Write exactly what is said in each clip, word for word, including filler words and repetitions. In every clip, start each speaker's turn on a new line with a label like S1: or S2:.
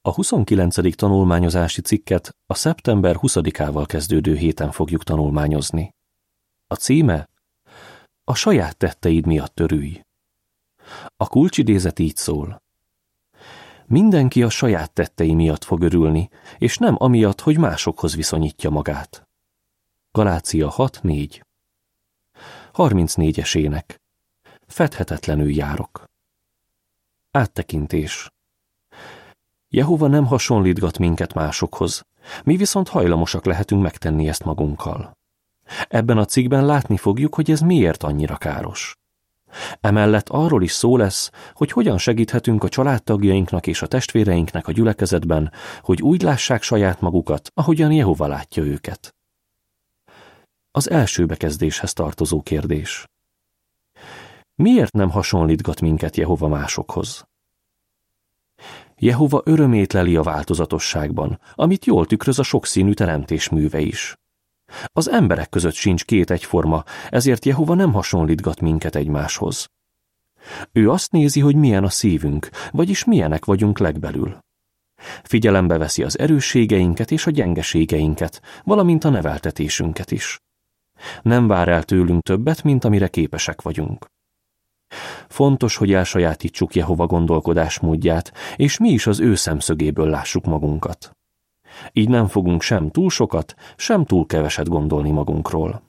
S1: A huszonkilencedik tanulmányozási cikket a szeptember huszadikával kezdődő héten fogjuk tanulmányozni. A címe: A saját tetteid miatt örülj. A kulcsidézet így szól: mindenki a saját tettei miatt fog örülni, és nem amiatt, hogy másokhoz viszonyítja magát. Galácia hat négy. harmincnégyes ének. Fedhetetlenül járok. Áttekintés. Jehova nem hasonlítgat minket másokhoz, mi viszont hajlamosak lehetünk megtenni ezt magunkkal. Ebben a cikkben látni fogjuk, hogy ez miért annyira káros. Emellett arról is szó lesz, hogy hogyan segíthetünk a családtagjainknak és a testvéreinknek a gyülekezetben, hogy úgy lássák saját magukat, ahogyan Jehova látja őket. Az első bekezdéshez tartozó kérdés. Miért nem hasonlítgat minket Jehova másokhoz? Jehova örömét leli a változatosságban, amit jól tükröz a sokszínű teremtés műve is. Az emberek között sincs két egyforma, ezért Jehova nem hasonlítgat minket egymáshoz. Ő azt nézi, hogy milyen a szívünk, vagyis milyenek vagyunk legbelül. Figyelembe veszi az erősségeinket és a gyengeségeinket, valamint a neveltetésünket is. Nem vár el tőlünk többet, mint amire képesek vagyunk. Fontos, hogy elsajátítsuk Jehova gondolkodásmódját, és mi is az ő szemszögéből lássuk magunkat. Így nem fogunk sem túl sokat, sem túl keveset gondolni magunkról.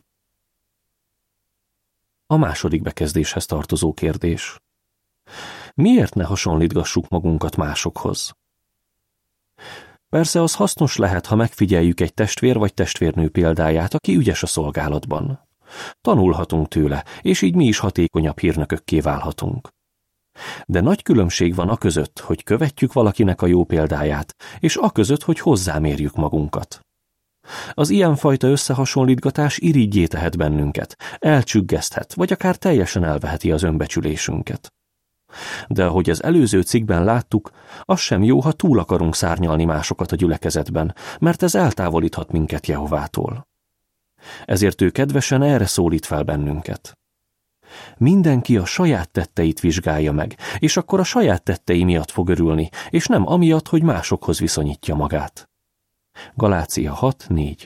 S1: A második bekezdéshez tartozó kérdés. Miért ne hasonlítgassuk magunkat másokhoz? Persze az hasznos lehet, ha megfigyeljük egy testvér vagy testvérnő példáját, aki ügyes a szolgálatban. Tanulhatunk tőle, és így mi is hatékonyabb hírnökökké válhatunk. De nagy különbség van aközött, hogy követjük valakinek a jó példáját, és aközött, hogy hozzámérjük magunkat. Az ilyenfajta összehasonlítgatás iriggyé tehet bennünket, elcsüggeszthet, vagy akár teljesen elveheti az önbecsülésünket. De ahogy az előző cikkben láttuk, az sem jó, ha túl akarunk szárnyalni másokat a gyülekezetben, mert ez eltávolíthat minket Jehovától. Ezért ő kedvesen erre szólít fel bennünket. Mindenki a saját tetteit vizsgálja meg, és akkor a saját tettei miatt fog örülni, és nem amiatt, hogy másokhoz viszonyítja magát. Galácia hat négy.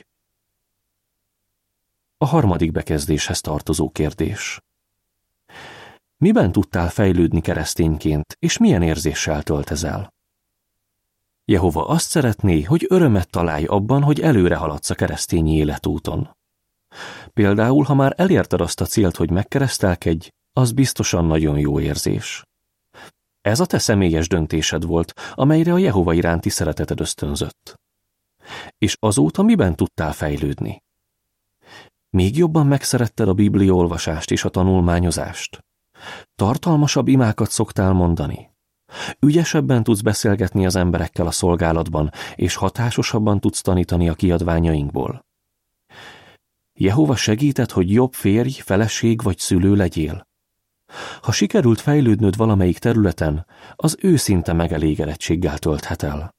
S1: A harmadik bekezdéshez tartozó kérdés. Miben tudtál fejlődni keresztényként, és milyen érzéssel töltezel? Jehova azt szeretné, hogy örömet találj abban, hogy előre haladsz a keresztényi életúton. Például, ha már elérted azt a célt, hogy megkeresztelkedj, az biztosan nagyon jó érzés. Ez a te személyes döntésed volt, amelyre a Jehova iránti szereteted ösztönzött. És azóta miben tudtál fejlődni? Még jobban megszeretted a bibliaolvasást és a tanulmányozást? Tartalmasabb imákat szoktál mondani? Ügyesebben tudsz beszélgetni az emberekkel a szolgálatban, és hatásosabban tudsz tanítani a kiadványainkból? Jehova segített, hogy jobb férj, feleség vagy szülő legyél? Ha sikerült fejlődnöd valamelyik területen, az őszinte megelégedettséggel tölthet el.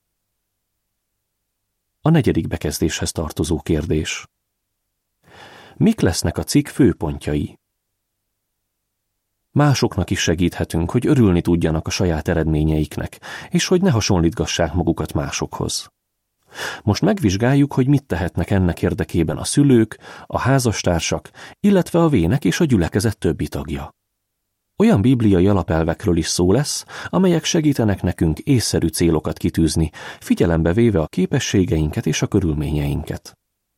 S1: A negyedik bekezdéshez tartozó kérdés. Mik lesznek a cikk főpontjai? Másoknak is segíthetünk, hogy örülni tudjanak a saját eredményeiknek, és hogy ne hasonlítgassák magukat másokhoz. Most megvizsgáljuk, hogy mit tehetnek ennek érdekében a szülők, a házastársak, illetve a vének és a gyülekezet többi tagja. Olyan bibliai alapelvekről is szó lesz, amelyek segítenek nekünk észszerű célokat kitűzni, figyelembe véve a képességeinket és a körülményeinket.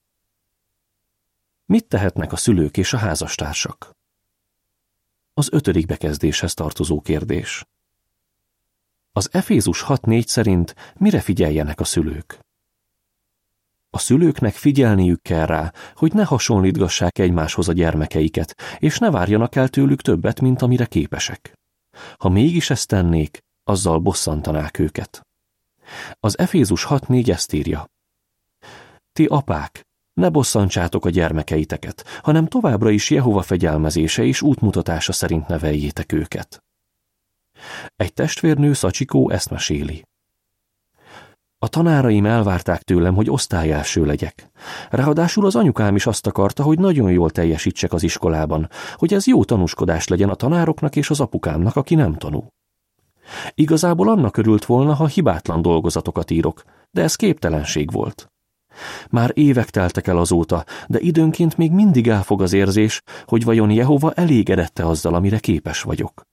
S1: Mit tehetnek a szülők és a házastársak? Az ötödik bekezdéshez tartozó kérdés. Az Efézus hat négy szerint mire figyeljenek a szülők? A szülőknek figyelniük kell rá, hogy ne hasonlítgassák egymáshoz a gyermekeiket, és ne várjanak el tőlük többet, mint amire képesek. Ha mégis ezt tennék, azzal bosszantanák őket. Az Efézus hat négy ezt írja. Ti apák, ne bosszantsátok a gyermekeiteket, hanem továbbra is Jehova fegyelmezése és útmutatása szerint neveljétek őket. Egy testvérnő, Szacsikó ezt meséli. A tanáraim elvárták tőlem, hogy osztályelső legyek. Ráadásul az anyukám is azt akarta, hogy nagyon jól teljesítsek az iskolában, hogy ez jó tanúskodás legyen a tanároknak és az apukámnak, aki nem tanul. Igazából annak örült volna, ha hibátlan dolgozatokat írok, de ez képtelenség volt. Már évek teltek el azóta, de időnként még mindig elfog az érzés, hogy vajon Jehova elégedette azzal, amire képes vagyok.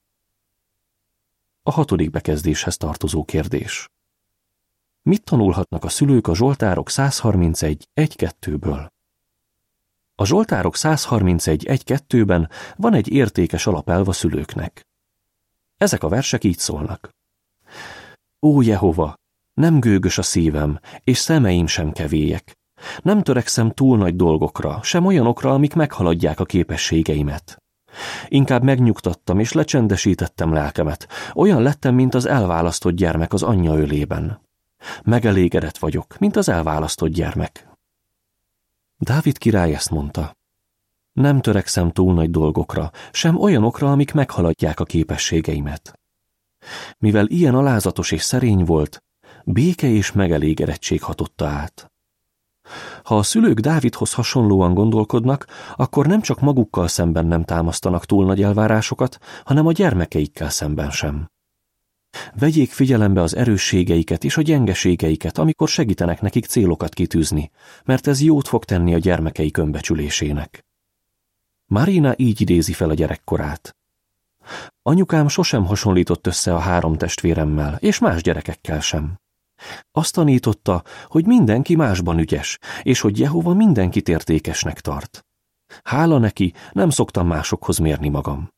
S1: A hatodik bekezdéshez tartozó kérdés. Mit tanulhatnak a szülők a Zsoltárok száz harmincegy egy kettőből? A Zsoltárok száz harmincegy egy kettőben van egy értékes alapelv a szülőknek. Ezek a versek így szólnak. Ó Jehova, nem gőgös a szívem, és szemeim sem kevélyek. Nem törekszem túl nagy dolgokra, sem olyanokra, amik meghaladják a képességeimet. Inkább megnyugtattam és lecsendesítettem lelkemet, olyan lettem, mint az elválasztott gyermek az anyja ölében. Megelégedett vagyok, mint az elválasztott gyermek. Dávid király ezt mondta. Nem törekszem túl nagy dolgokra, sem olyanokra, amik meghaladják a képességeimet. Mivel ilyen alázatos és szerény volt, béke és megelégedettség hatotta át. Ha a szülők Dávidhoz hasonlóan gondolkodnak, akkor nem csak magukkal szemben nem támasztanak túl nagy elvárásokat, hanem a gyermekeikkel szemben sem. Vegyék figyelembe az erősségeiket és a gyengeségeiket, amikor segítenek nekik célokat kitűzni, mert ez jót fog tenni a gyermekeik önbecsülésének. Marina így idézi fel a gyerekkorát. Anyukám sosem hasonlított össze a három testvéremmel, és más gyerekekkel sem. Azt tanította, hogy mindenki másban ügyes, és hogy Jehova mindenkit értékesnek tart. Hála neki, nem szoktam másokhoz mérni magam.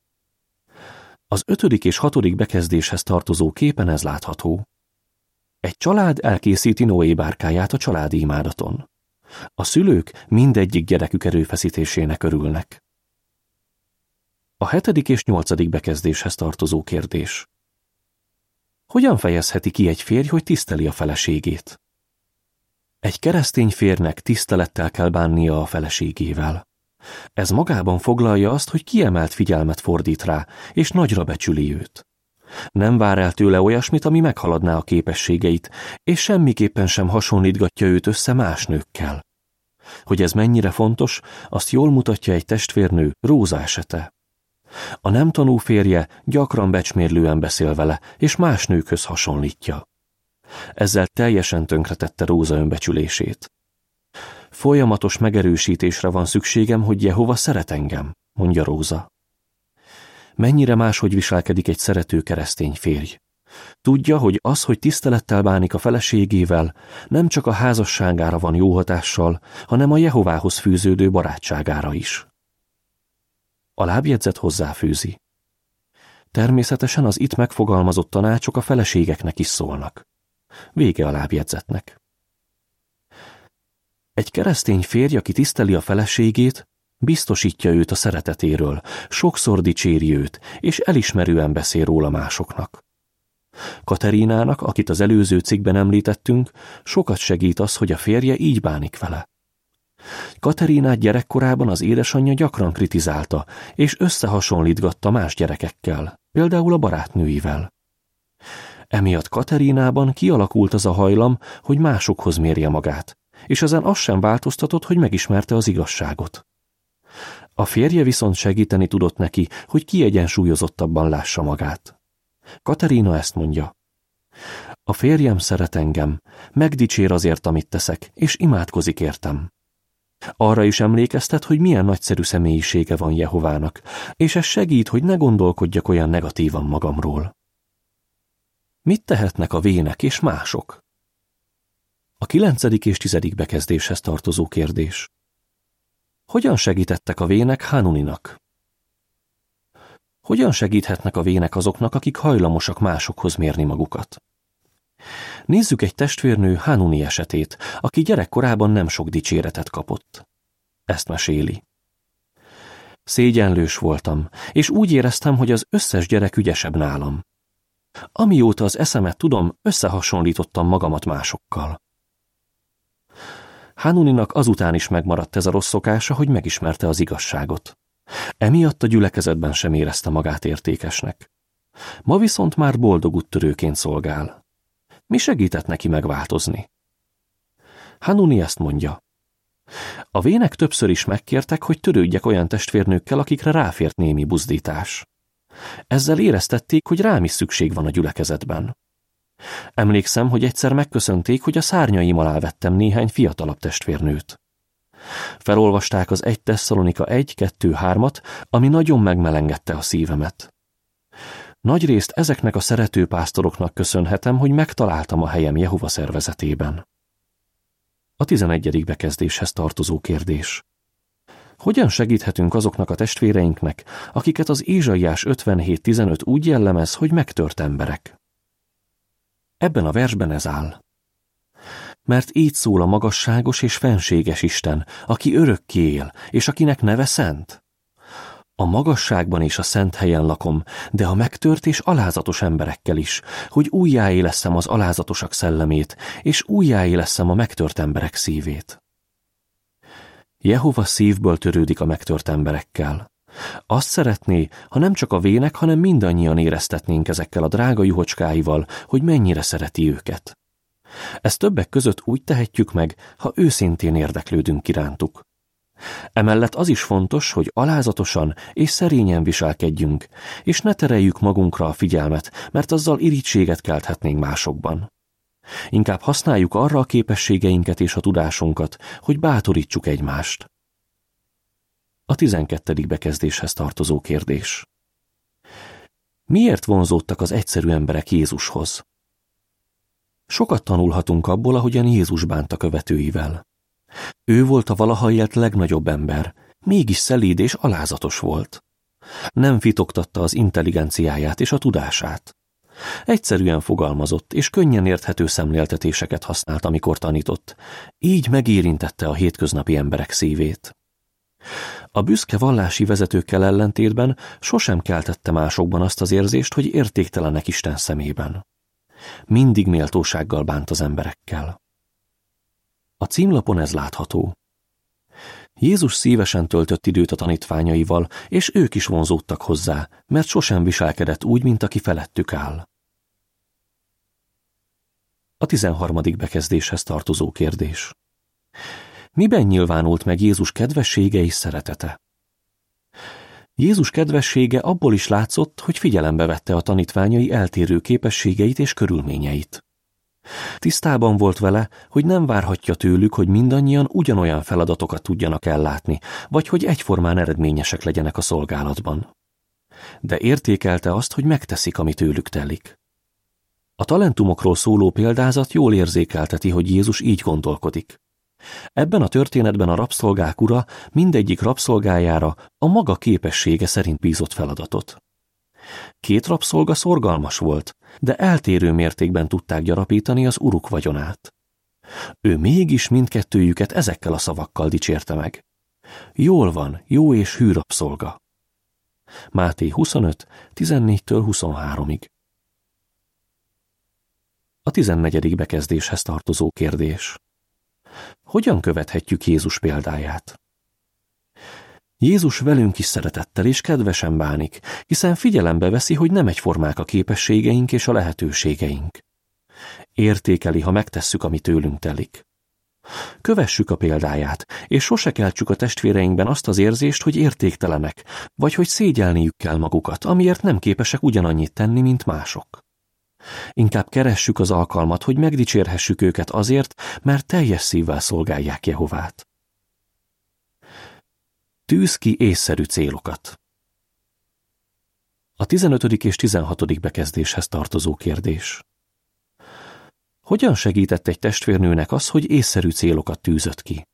S1: Az ötödik és hatodik bekezdéshez tartozó képen ez látható. Egy család elkészíti Noé bárkáját a családi imádaton. A szülők mindegyik gyerekük erőfeszítésének örülnek. A hetedik és nyolcadik bekezdéshez tartozó kérdés. Hogyan fejezheti ki egy férj, hogy tiszteli a feleségét? Egy keresztény férnek tisztelettel kell bánnia a feleségével. Ez magában foglalja azt, hogy kiemelt figyelmet fordít rá, és nagyra becsüli őt. Nem vár el tőle olyasmit, ami meghaladná a képességeit, és semmiképpen sem hasonlítgatja őt össze más nőkkel. Hogy ez mennyire fontos, azt jól mutatja egy testvérnő, Róza esete. A nem tanú férje gyakran becsmérlően beszél vele, és más nőkhöz hasonlítja. Ezzel teljesen tönkretette Róza önbecsülését. Folyamatos megerősítésre van szükségem, hogy Jehova szeret engem, mondja Róza. Mennyire máshogy viselkedik egy szerető keresztény férj. Tudja, hogy az, hogy tisztelettel bánik a feleségével, nem csak a házasságára van jó hatással, hanem a Jehovához fűződő barátságára is. A lábjegyzet hozzáfűzi. Természetesen az itt megfogalmazott tanácsok a feleségeknek is szólnak. Vége a lábjegyzetnek. Egy keresztény férj, aki tiszteli a feleségét, biztosítja őt a szeretetéről, sokszor dicséri őt, és elismerően beszél róla másoknak. Katerinának, akit az előző cikkben említettünk, sokat segít az, hogy a férje így bánik vele. Katerinát gyerekkorában az édesanyja gyakran kritizálta, és összehasonlítgatta más gyerekekkel, például a barátnőivel. Emiatt Katerinában kialakult az a hajlam, hogy másokhoz mérje magát, és ezen az sem változtatott, hogy megismerte az igazságot. A férje viszont segíteni tudott neki, hogy kiegyensúlyozottabban lássa magát. Katerina ezt mondja. A férjem szeret engem, megdicsér azért, amit teszek, és imádkozik értem. Arra is emlékeztet, hogy milyen nagyszerű személyisége van Jehovának, és ez segít, hogy ne gondolkodjak olyan negatívan magamról. Mit tehetnek a vének és mások? A kilencedik és tizedik bekezdéshez tartozó kérdés. Hogyan segítettek a vének Hanuninak? Hogyan segíthetnek a vének azoknak, akik hajlamosak másokhoz mérni magukat? Nézzük egy testvérnő Hanuni esetét, aki gyerekkorában nem sok dicséretet kapott. Ezt meséli. Szégyenlős voltam, és úgy éreztem, hogy az összes gyerek ügyesebb nálam. Amióta az eszemet tudom, összehasonlítottam magamat másokkal. Hanuninak azután is megmaradt ez a rossz szokása, hogy megismerte az igazságot. Emiatt a gyülekezetben sem érezte magát értékesnek. Ma viszont már boldog úttörőként szolgál. Mi segített neki megváltozni? Hanuni ezt mondja. A vének többször is megkértek, hogy törődjek olyan testvérnőkkel, akikre ráfért némi buzdítás. Ezzel éreztették, hogy rám is szükség van a gyülekezetben. Emlékszem, hogy egyszer megköszönték, hogy a szárnyaim alá vettem néhány fiatalabb testvérnőt. Felolvasták az egy Tesszalonika egy kettő hármat, ami nagyon megmelengedte a szívemet. Nagyrészt ezeknek a szerető pásztoroknak köszönhetem, hogy megtaláltam a helyem Jehova szervezetében. A tizenegyedik bekezdéshez tartozó kérdés. Hogyan segíthetünk azoknak a testvéreinknek, akiket az Ézsaiás ötvenhét tizenöt úgy jellemez, hogy megtört emberek? Ebben a versben ez áll. Mert így szól a magasságos és fenséges Isten, aki örökké él, és akinek neve szent. A magasságban és a szent helyen lakom, de a megtört és alázatos emberekkel is, hogy újjáéleszem az alázatosak szellemét, és újjáéleszem a megtört emberek szívét. Jehova szívből törődik a megtört emberekkel. Azt szeretné, ha nem csak a vének, hanem mindannyian éreztetnénk ezekkel a drága juhocskáival, hogy mennyire szereti őket. Ezt többek között úgy tehetjük meg, ha őszintén érdeklődünk irántuk. Emellett az is fontos, hogy alázatosan és szerényen viselkedjünk, és ne tereljük magunkra a figyelmet, mert azzal irítséget kelthetnénk másokban. Inkább használjuk arra a képességeinket és a tudásunkat, hogy bátorítsuk egymást. A tizenkettedik bekezdéshez tartozó kérdés. Miért vonzódtak az egyszerű emberek Jézushoz? Sokat tanulhatunk abból, ahogyan Jézus bánta követőivel. Ő volt a valaha élt legnagyobb ember, mégis szelíd és alázatos volt. Nem fitoktatta az intelligenciáját és a tudását. Egyszerűen fogalmazott, és könnyen érthető szemléltetéseket használt, amikor tanított. Így megérintette a hétköznapi emberek szívét. A büszke vallási vezetőkkel ellentétben sosem keltette másokban azt az érzést, hogy értéktelenek Isten szemében. Mindig méltósággal bánt az emberekkel. A címlapon ez látható. Jézus szívesen töltött időt a tanítványaival, és ők is vonzódtak hozzá, mert sosem viselkedett úgy, mint aki felettük áll. A tizenharmadik bekezdéshez tartozó kérdés. Miben nyilvánult meg Jézus kedvessége és szeretete? Jézus kedvessége abból is látszott, hogy figyelembe vette a tanítványai eltérő képességeit és körülményeit. Tisztában volt vele, hogy nem várhatja tőlük, hogy mindannyian ugyanolyan feladatokat tudjanak ellátni, vagy hogy egyformán eredményesek legyenek a szolgálatban. De értékelte azt, hogy megteszik, ami tőlük telik. A talentumokról szóló példázat jól érzékelteti, hogy Jézus így gondolkodik. Ebben a történetben a rabszolgák ura mindegyik rabszolgájára a maga képessége szerint bízott feladatot. Két rabszolga szorgalmas volt, de eltérő mértékben tudták gyarapítani az uruk vagyonát. Ő mégis mindkettőjüket ezekkel a szavakkal dicsérte meg. Jól van, jó és hű rabszolga. Máté huszonöt, tizennégytől huszonháromig. A tizennegyedik bekezdéshez tartozó kérdés. Hogyan követhetjük Jézus példáját? Jézus velünk is szeretettel és kedvesen bánik, hiszen figyelembe veszi, hogy nem egyformák a képességeink és a lehetőségeink. Értékeli, ha megtesszük, ami tőlünk telik. Kövessük a példáját, és sose keltsük a testvéreinkben azt az érzést, hogy értéktelenek, vagy hogy szégyelniük kell magukat, amiért nem képesek ugyanannyit tenni, mint mások. Inkább keressük az alkalmat, hogy megdicsérhessük őket azért, mert teljes szívvel szolgálják Jehovát. Tűz ki észszerű célokat. A tizenötödik és tizenhatodik bekezdéshez tartozó kérdés. Hogyan segített egy testvérnőnek az, hogy észszerű célokat tűzött ki?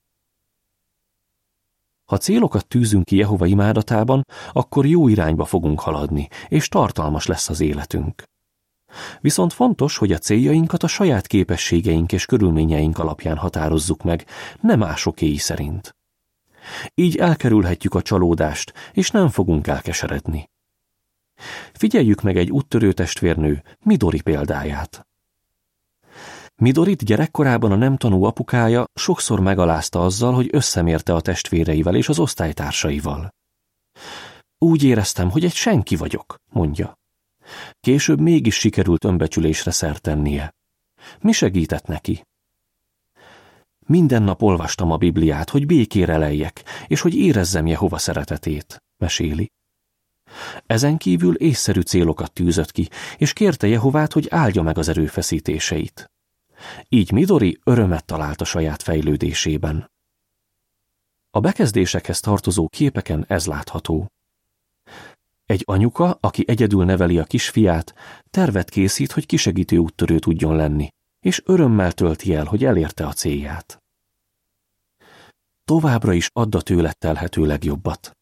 S1: Ha célokat tűzünk ki Jehova imádatában, akkor jó irányba fogunk haladni, és tartalmas lesz az életünk. Viszont fontos, hogy a céljainkat a saját képességeink és körülményeink alapján határozzuk meg, nem másokéi szerint. Így elkerülhetjük a csalódást, és nem fogunk elkeseredni. Figyeljük meg egy úttörő testvérnő, Midori példáját. Midorit gyerekkorában a nem tanú apukája sokszor megalázta azzal, hogy összemérte a testvéreivel és az osztálytársaival. Úgy éreztem, hogy egy senki vagyok, mondja. Később mégis sikerült önbecsülésre szert tennie. Mi segített neki? Minden nap olvastam a Bibliát, hogy békére leljek, és hogy érezzem Jehova szeretetét, meséli. Ezen kívül észszerű célokat tűzött ki, és kérte Jehovát, hogy áldja meg az erőfeszítéseit. Így Midori örömet talált a saját fejlődésében. A bekezdésekhez tartozó képeken ez látható. Egy anyuka, aki egyedül neveli a kisfiát, tervet készít, hogy kisegítő úttörő tudjon lenni, és örömmel tölti el, hogy elérte a célját. Továbbra is add a tőled telhető legjobbat.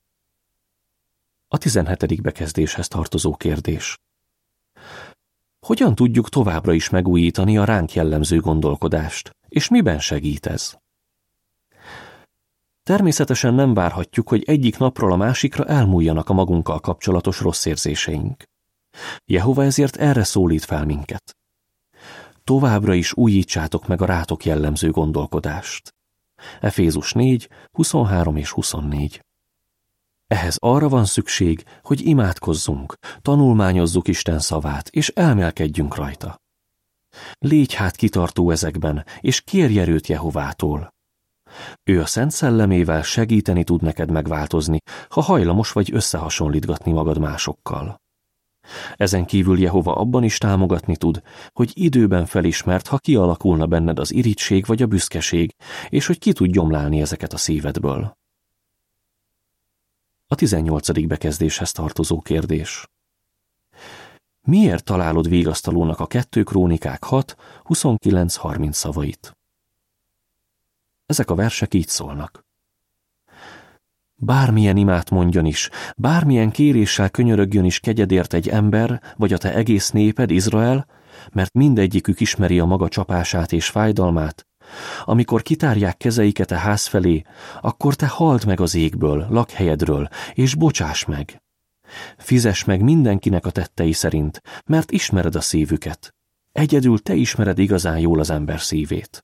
S1: A tizenhetedik bekezdéshez tartozó kérdés. Hogyan tudjuk továbbra is megújítani a ránk jellemző gondolkodást, és miben segít ez? Természetesen nem várhatjuk, hogy egyik napról a másikra elmúljanak a magunkkal kapcsolatos rossz érzéseink. Jehova ezért erre szólít fel minket. Továbbra is újítsátok meg a rátok jellemző gondolkodást. Efézus négy, huszonhárom és huszonnégy. Ehhez arra van szükség, hogy imádkozzunk, tanulmányozzuk Isten szavát, és elmélkedjünk rajta. Légy hát kitartó ezekben, és kérj erőt Jehovától. Ő a Szent Szellemével segíteni tud neked megváltozni, ha hajlamos vagy összehasonlítgatni magad másokkal. Ezen kívül Jehova abban is támogatni tud, hogy időben felismert, ha kialakulna benned az irigység vagy a büszkeség, és hogy ki tud gyomlálni ezeket a szívedből. A tizennyolcadik bekezdéshez tartozó kérdés. Miért találod vigasztalónak a kettő Krónikák hat, huszonkilenc harminc szavait? Ezek a versek így szólnak. Bármilyen imát mondjon is, bármilyen kéréssel könyörögjön is kegyedért egy ember, vagy a te egész néped, Izrael, mert mindegyikük ismeri a maga csapását és fájdalmát, amikor kitárják kezeiket a ház felé, akkor te halld meg az égből, lakhelyedről, és bocsáss meg. Fizess meg mindenkinek a tettei szerint, mert ismered a szívüket. Egyedül te ismered igazán jól az ember szívét.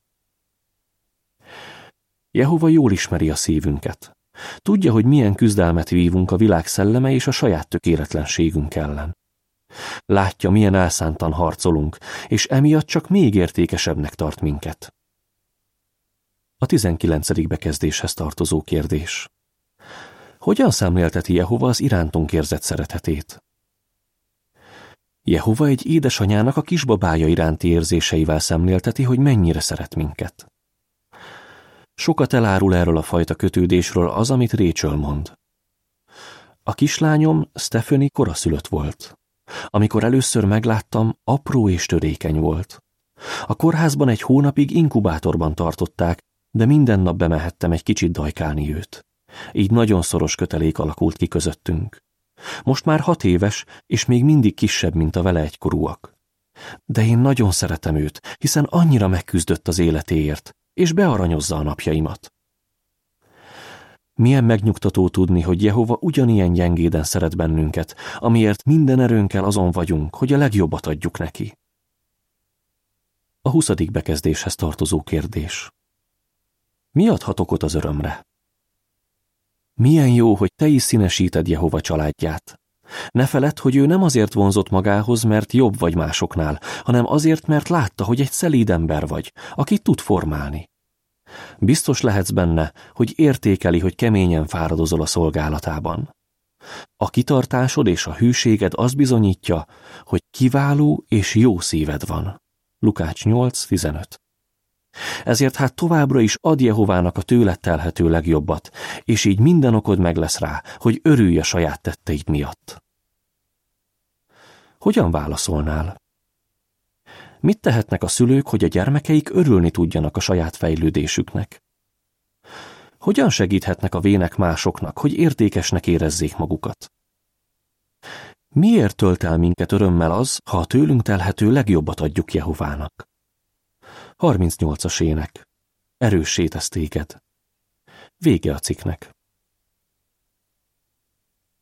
S1: Jehova jól ismeri a szívünket. Tudja, hogy milyen küzdelmet vívunk a világ szelleme és a saját tökéletlenségünk ellen. Látja, milyen elszántan harcolunk, és emiatt csak még értékesebbnek tart minket. A tizenkilencedik bekezdéshez tartozó kérdés. Hogyan szemlélteti Jehova az irántunk érzett szeretetét? Jehova egy édesanyának a kisbabája iránti érzéseivel szemlélteti, hogy mennyire szeret minket. Sokat elárul erről a fajta kötődésről az, amit Rachel mond. A kislányom Stephanie koraszülött volt. Amikor először megláttam, apró és törékeny volt. A kórházban egy hónapig inkubátorban tartották, de minden nap bemehettem egy kicsit dajkálni őt. Így nagyon szoros kötelék alakult ki közöttünk. Most már hat éves, és még mindig kisebb, mint a vele egykorúak. De én nagyon szeretem őt, hiszen annyira megküzdött az életéért, és bearanyozza a napjaimat. Milyen megnyugtató tudni, hogy Jehova ugyanilyen gyengéden szeret bennünket, amiért minden erőnkkel azon vagyunk, hogy a legjobbat adjuk neki. A huszadik bekezdéshez tartozó kérdés. Mi adhat okot az örömre? Milyen jó, hogy te is színesíted Jehova családját. Ne feledd, hogy ő nem azért vonzott magához, mert jobb vagy másoknál, hanem azért, mert látta, hogy egy szelíd ember vagy, akit tud formálni. Biztos lehetsz benne, hogy értékeli, hogy keményen fáradozol a szolgálatában. A kitartásod és a hűséged azt bizonyítja, hogy kiváló és jó szíved van. Lukács nyolc tizenöt. Ezért hát továbbra is add Jehovának a tőled telhető legjobbat, és így minden okod meg lesz rá, hogy örülj a saját tetteid miatt. Hogyan válaszolnál? Mit tehetnek a szülők, hogy a gyermekeik örülni tudjanak a saját fejlődésüknek? Hogyan segíthetnek a vének másoknak, hogy értékesnek érezzék magukat? Miért tölt el minket örömmel az, ha a tőlünk telhető legjobbat adjuk Jehovának? harmincnyolcas ének. Erőssé tesz téged. Vége a cikknek.